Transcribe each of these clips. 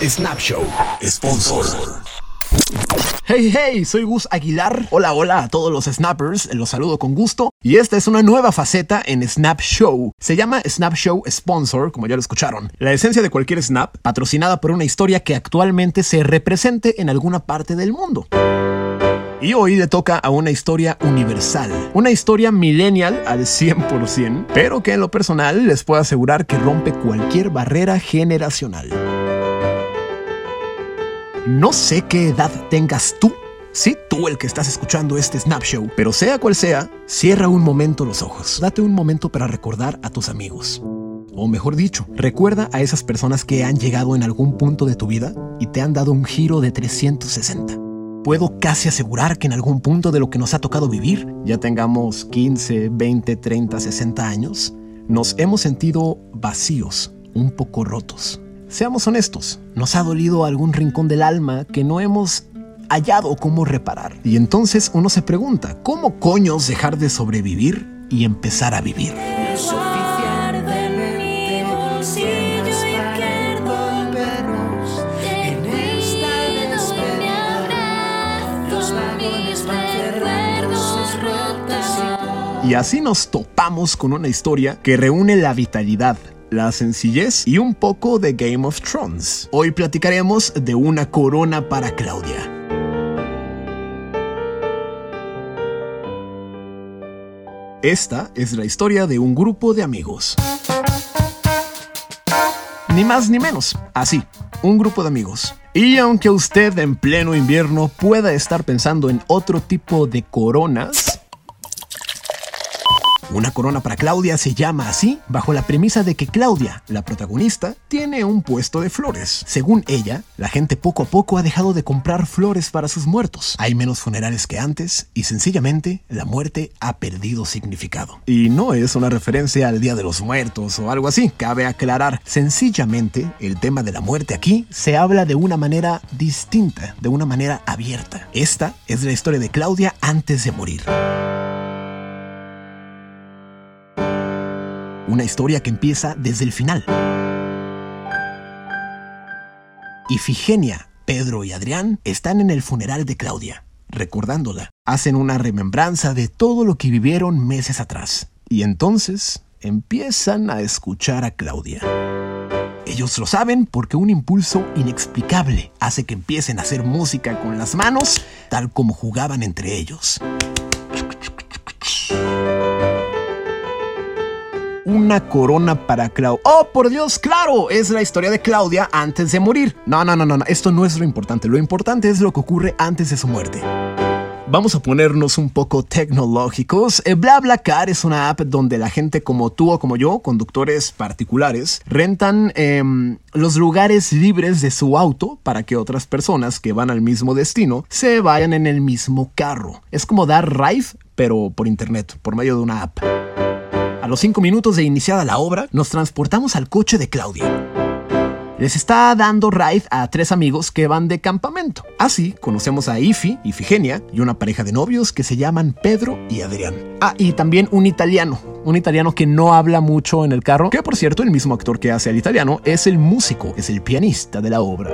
Snap Show, sponsor. Hey, hey, soy Gus Aguilar. Hola, hola a todos los snappers, los saludo con gusto. Y esta es una nueva faceta en Snap Show. Se llama Snap Show Sponsor, como ya lo escucharon. La esencia de cualquier snap, patrocinada por una historia que actualmente se represente en alguna parte del mundo. Y hoy le toca a una historia universal, una historia millennial al 100%, pero que en lo personal les puedo asegurar que rompe cualquier barrera generacional. No sé qué edad tengas tú, sí, tú el que estás escuchando este Snap Show, pero sea cual sea, cierra un momento los ojos. Date un momento para recordar a tus amigos. O mejor dicho, recuerda a esas personas que han llegado en algún punto de tu vida y te han dado un giro de 360. Puedo casi asegurar que en algún punto de lo que nos ha tocado vivir, ya tengamos 15, 20, 30, 60 años, nos hemos sentido vacíos, un poco rotos. Seamos honestos, nos ha dolido algún rincón del alma que no hemos hallado cómo reparar. Y entonces uno se pregunta, ¿cómo coños dejar de sobrevivir y empezar a vivir? Y así nos topamos con una historia que reúne la vitalidad, la sencillez y un poco de Game of Thrones. Hoy platicaremos de una corona para Claudia. Esta es la historia de un grupo de amigos. Ni más ni menos, así, un grupo de amigos. Y aunque usted en pleno invierno pueda estar pensando en otro tipo de coronas, una corona para Claudia se llama así bajo la premisa de que Claudia, la protagonista, tiene un puesto de flores. Según ella, la gente poco a poco ha dejado de comprar flores para sus muertos. Hay menos funerales que antes y sencillamente la muerte ha perdido significado. Y no es una referencia al Día de los Muertos o algo así, cabe aclarar. Sencillamente, el tema de la muerte aquí se habla de una manera distinta, de una manera abierta. Esta es la historia de Claudia antes de morir. Una historia que empieza desde el final. Ifigenia, Pedro y Adrián están en el funeral de Claudia, recordándola. Hacen una remembranza de todo lo que vivieron meses atrás. Y entonces empiezan a escuchar a Claudia. Ellos lo saben porque un impulso inexplicable hace que empiecen a hacer música con las manos, tal como jugaban entre ellos. Una corona para Claudia. ¡Oh, por Dios! ¡Claro! Es la historia de Claudia antes de morir. No. Esto no es lo importante. Lo importante es lo que ocurre antes de su muerte. Vamos a ponernos un poco tecnológicos. BlaBlaCar es una app donde la gente como tú o como yo, conductores particulares, rentan los lugares libres de su auto para que otras personas que van al mismo destino se vayan en el mismo carro. Es como dar ride, pero por internet, por medio de una app. A los 5 minutos de iniciada la obra, nos transportamos al coche de Claudia. Les está dando ride a 3 amigos que van de campamento. Así conocemos a Ifigenia y una pareja de novios que se llaman Pedro y Adrián. Y también un italiano que no habla mucho en el carro, que por cierto el mismo actor que hace al italiano es el músico, es el pianista de la obra.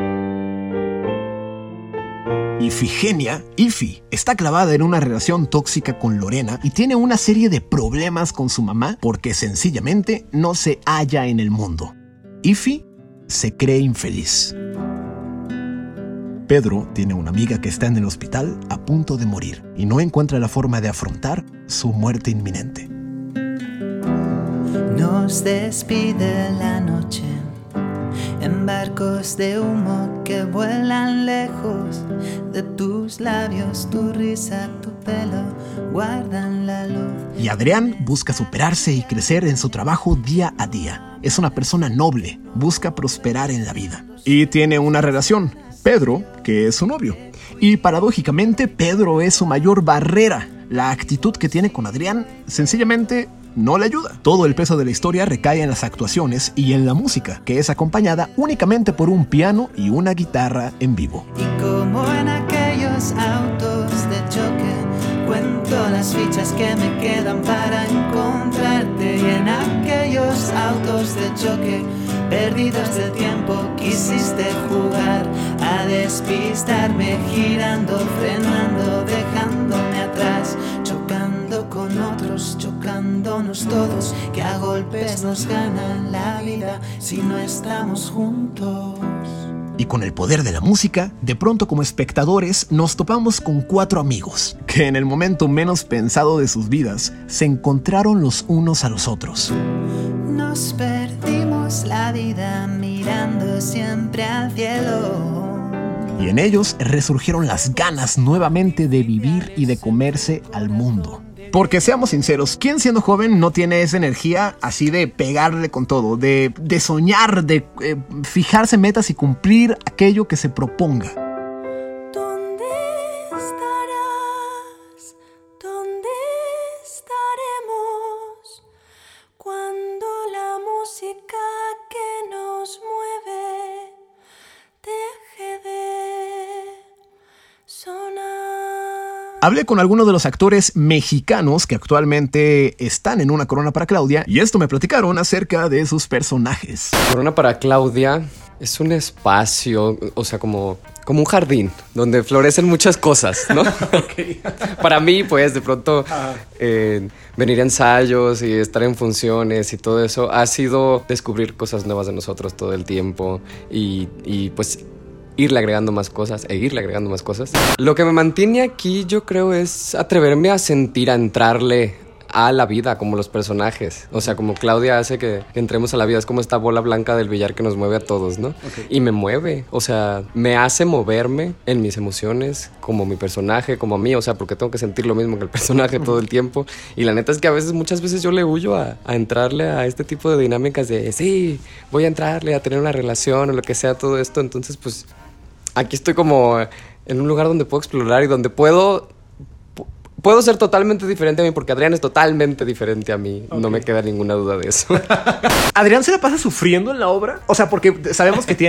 Ifigenia, Ifi, está clavada en una relación tóxica con Lorena y tiene una serie de problemas con su mamá porque sencillamente no se halla en el mundo. Ifi se cree infeliz. Pedro tiene una amiga que está en el hospital a punto de morir y no encuentra la forma de afrontar su muerte inminente. Nos despide la noche en barcos de humo que vuelan lejos de tus labios, tu risa, tu pelo guardan la luz. Y Adrián busca superarse y crecer en su trabajo día a día. Es una persona noble, busca prosperar en la vida. Y tiene una relación, Pedro, que es su novio. Y paradójicamente, Pedro es su mayor barrera. La actitud que tiene con Adrián sencillamente no le ayuda. Todo el peso de la historia recae en las actuaciones y en la música, que es acompañada únicamente por un piano y una guitarra en vivo. Y como en aquellos autos de choque, cuento las fichas que me quedan para encontrarte. Y en aquellos autos de choque, Perdidos del tiempo quisiste jugar a despistarme, girando, frenando, dejándome atrás, chocando con otros, chocándonos todos, que a golpes nos ganan la vida si no estamos juntos. Y con el poder de la música, de pronto como espectadores nos topamos con 4 amigos, que en el momento menos pensado de sus vidas, se encontraron los unos a los otros. Nos perdimos la vida mirando siempre al cielo. Y en ellos resurgieron las ganas nuevamente de vivir y de comerse al mundo. Porque seamos sinceros, ¿quién siendo joven no tiene esa energía así de pegarle con todo, de soñar, de fijarse metas y cumplir aquello que se proponga? ¿Dónde estarás? ¿Dónde estaremos cuando la música que nos mueve deje de sonar? Hablé con algunos de los actores mexicanos que actualmente están en Una Corona para Claudia y esto me platicaron acerca de sus personajes. Corona para Claudia es un espacio, o sea, como un jardín donde florecen muchas cosas, ¿no? Okay. Para mí, pues, de pronto venir a ensayos y estar en funciones y todo eso ha sido descubrir cosas nuevas de nosotros todo el tiempo y pues irle agregando más cosas e irle agregando más cosas. Lo que me mantiene aquí, yo creo, es atreverme a sentir, a entrarle a la vida como los personajes. O sea, como Claudia hace que entremos a la vida. Es como esta bola blanca del billar que nos mueve a todos, ¿no? Okay. Y me mueve. O sea, me hace moverme en mis emociones como mi personaje, como a mí. O sea, porque tengo que sentir lo mismo que el personaje todo el tiempo. Y la neta es que muchas veces yo le huyo a entrarle a este tipo de dinámicas de sí, voy a entrarle a tener una relación o lo que sea, todo esto. Entonces, pues, aquí estoy como en un lugar donde puedo explorar y donde puedo ser totalmente diferente a mí, porque Adrián es totalmente diferente a mí. Okay. No me queda ninguna duda de eso. ¿Adrián se la pasa sufriendo en la obra? O sea, porque sabemos que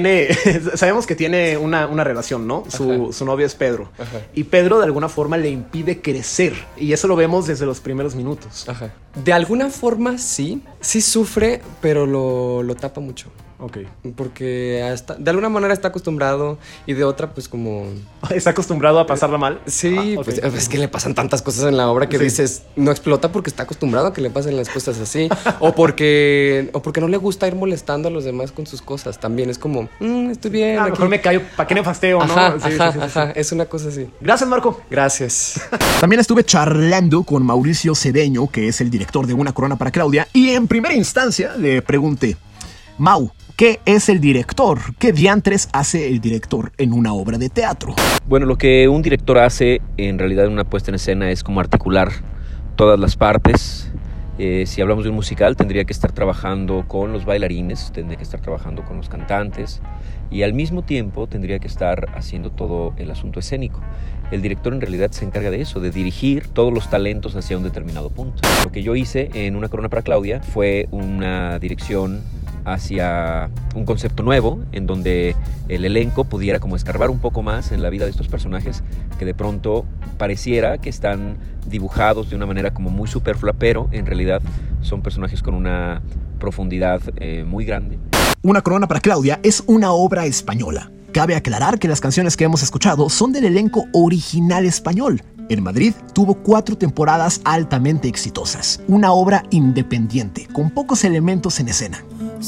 tiene una relación, ¿no? Su novio es Pedro. Ajá. Y Pedro de alguna forma le impide crecer. Y eso lo vemos desde los primeros minutos. Ajá. De alguna forma sí sufre, pero lo tapa mucho. Okay. Porque de alguna manera está acostumbrado y de otra pues como... ¿Está acostumbrado a pasarla mal? Sí, okay. Pues es que le pasan tantas cosas en la obra que dices, no explota porque está acostumbrado a que le pasen las cosas así. o porque no le gusta ir molestando a los demás con sus cosas. También es como, estoy bien. A lo mejor me callo, ¿para qué me fasteo? Ajá, ¿no? Ajá, es una cosa así. Gracias, Marco. Gracias. También estuve charlando con Mauricio Cedeño, que es el director de Una Corona para Claudia, y en primera instancia le pregunté, Mau, ¿qué es el director? ¿Qué diantres hace el director en una obra de teatro? Bueno, lo que un director hace en realidad en una puesta en escena es como articular todas las partes. Si hablamos de un musical, tendría que estar trabajando con los bailarines, tendría que estar trabajando con los cantantes y al mismo tiempo tendría que estar haciendo todo el asunto escénico. El director en realidad se encarga de eso, de dirigir todos los talentos hacia un determinado punto. Lo que yo hice en Una Corona para Claudia fue una dirección hacia un concepto nuevo en donde el elenco pudiera como escarbar un poco más en la vida de estos personajes que de pronto pareciera que están dibujados de una manera como muy superflua, pero en realidad son personajes con una profundidad muy grande. Una Corona para Claudia es una obra española. Cabe aclarar que las canciones que hemos escuchado son del elenco original español. En Madrid tuvo 4 temporadas altamente exitosas. Una obra independiente, con pocos elementos en escena.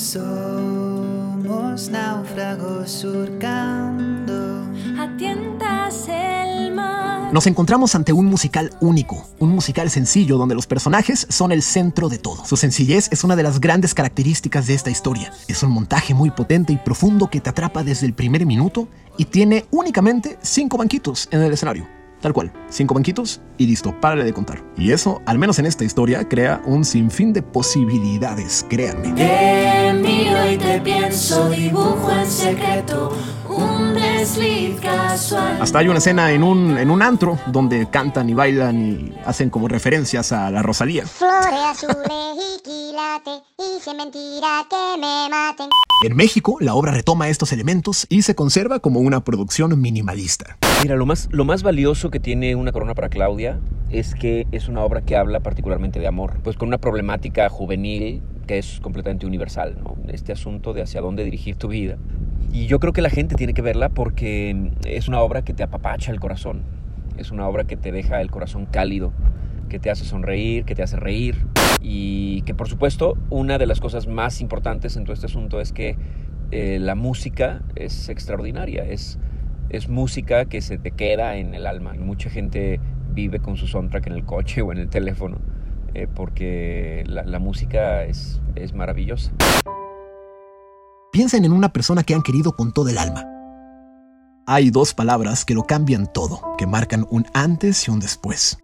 Somos náufragos surcando a tientas el mar. Nos encontramos ante un musical único, un musical sencillo donde los personajes son el centro de todo. Su sencillez es una de las grandes características de esta historia. Es un montaje muy potente y profundo que te atrapa desde el primer minuto y tiene únicamente 5 banquitos en el escenario. Tal cual, 5 banquitos y listo, párale de contar. Y eso, al menos en esta historia, crea un sinfín de posibilidades, créanme. Te miro y te pienso, dibujo en secreto un desliz casual. Hasta hay una escena en un antro donde cantan y bailan y hacen como referencias a la Rosalía. Flores azules y quilates, y si es mentira que me maten. En México, la obra retoma estos elementos y se conserva como una producción minimalista. Mira, lo más valioso que tiene Una Corona para Claudia es que es una obra que habla particularmente de amor, pues con una problemática juvenil que es completamente universal, ¿no? Este asunto de hacia dónde dirigir tu vida. Y yo creo que la gente tiene que verla porque es una obra que te apapacha el corazón. Es una obra que te deja el corazón cálido, que te hace sonreír, que te hace reír. Y que, por supuesto, una de las cosas más importantes en todo este asunto es que la música es extraordinaria. Es música que se te queda en el alma. Y mucha gente vive con su soundtrack en el coche o en el teléfono porque la música es maravillosa. Piensen en una persona que han querido con todo el alma. Hay 2 palabras que lo cambian todo, que marcan un antes y un después.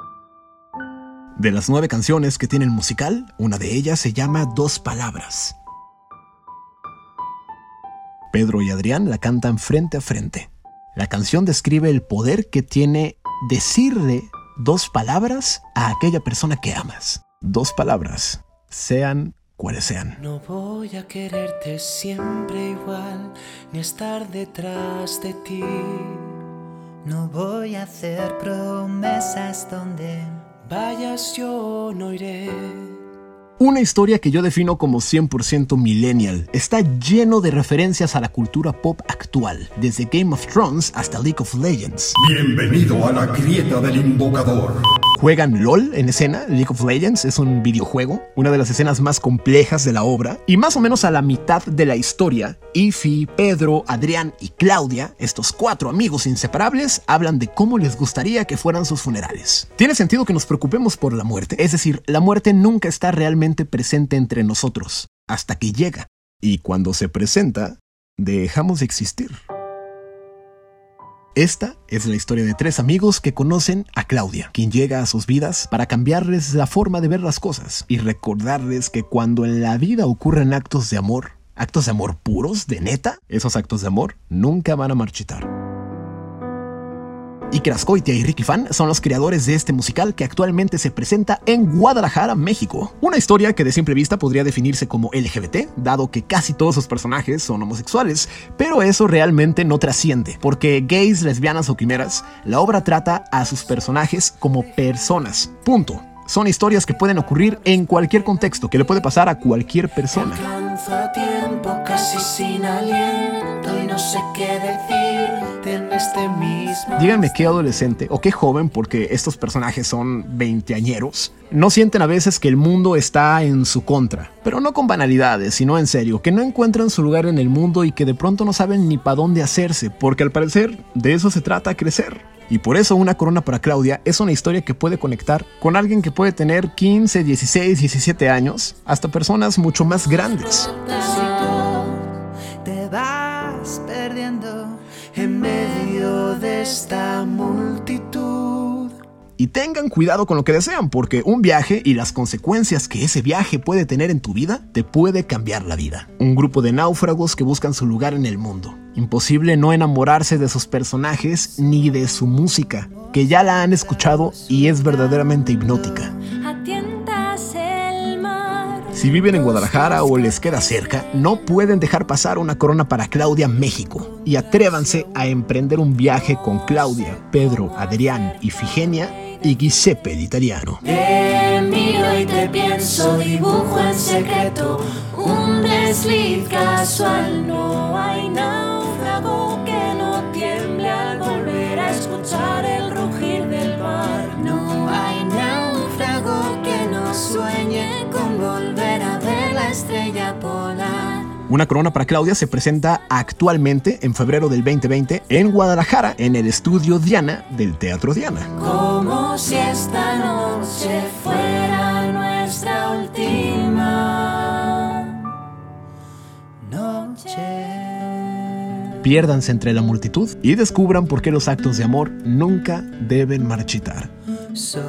De las 9 canciones que tiene el musical, una de ellas se llama 2 palabras. Pedro y Adrián la cantan frente a frente. La canción describe el poder que tiene decirle 2 palabras a aquella persona que amas. 2 palabras, sean cuales sean. No voy a quererte siempre igual, ni estar detrás de ti. No voy a hacer promesas donde vayas, yo no iré. Una historia que yo defino como 100% millennial. Está lleno de referencias a la cultura pop actual, desde Game of Thrones hasta League of Legends. Bienvenido a la grieta del invocador. Juegan LOL en escena. League of Legends es un videojuego, una de las escenas más complejas de la obra, y más o menos a la mitad de la historia, Ify, Pedro, Adrián y Claudia, estos 4 amigos inseparables, hablan de cómo les gustaría que fueran sus funerales. Tiene sentido que nos preocupemos por la muerte, es decir, la muerte nunca está realmente presente entre nosotros, hasta que llega, y cuando se presenta, dejamos de existir. Esta es la historia de 3 amigos que conocen a Claudia, quien llega a sus vidas para cambiarles la forma de ver las cosas y recordarles que cuando en la vida ocurren actos de amor puros, de neta, esos actos de amor nunca van a marchitar. Iker Azkoitia y Ricky Fan son los creadores de este musical que actualmente se presenta en Guadalajara, México. Una historia que de simple vista podría definirse como LGBT, dado que casi todos sus personajes son homosexuales, pero eso realmente no trasciende, porque gays, lesbianas o quimeras, la obra trata a sus personajes como personas. Punto. Son historias que pueden ocurrir en cualquier contexto, que le puede pasar a cualquier persona. Alcanza tiempo casi sin aliento y no sé qué decirte en este mismo. Díganme qué adolescente o qué joven, porque estos personajes son veinteañeros, no sienten a veces que el mundo está en su contra, pero no con banalidades, sino en serio, que no encuentran su lugar en el mundo y que de pronto no saben ni para dónde hacerse, porque al parecer de eso se trata crecer. Y por eso Una corona para Claudia es una historia que puede conectar con alguien que puede tener 15, 16, 17 años, hasta personas mucho más grandes. te vas perdiendo En medio de esta multitud. Y tengan cuidado con lo que desean, porque un viaje y las consecuencias que ese viaje puede tener en tu vida te puede cambiar la vida. Un grupo de náufragos que buscan su lugar en el mundo. Imposible no enamorarse de sus personajes ni de su música, que ya la han escuchado y es verdaderamente hipnótica. Atientas el mar. Si viven en Guadalajara o les queda cerca, no pueden dejar pasar Una corona para Claudia, México. Y atrévanse a emprender un viaje con Claudia, Pedro, Adrián, Ifigenia y Giuseppe el italiano. Te miro y te pienso, dibujo en secreto un desliz casual. No hay náufrago que no tiemble al volver a escuchar el rugir del mar. No hay náufrago que no sueñe con volver a ver la estrella polar. Una corona para Claudia se presenta actualmente en febrero del 2020 en Guadalajara, en el estudio Diana del Teatro Diana. Como si esta noche fuera nuestra última Noche. Piérdanse entre la multitud y descubran por qué los actos de amor nunca deben marchitar. Somos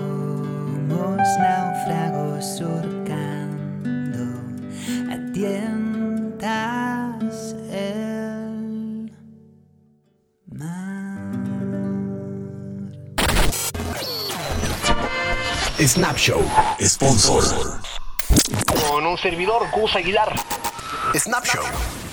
náufragos surcando a tientas el mar. Snapshow, sponsor. Con un servidor, Gus Aguilar. Snapshow.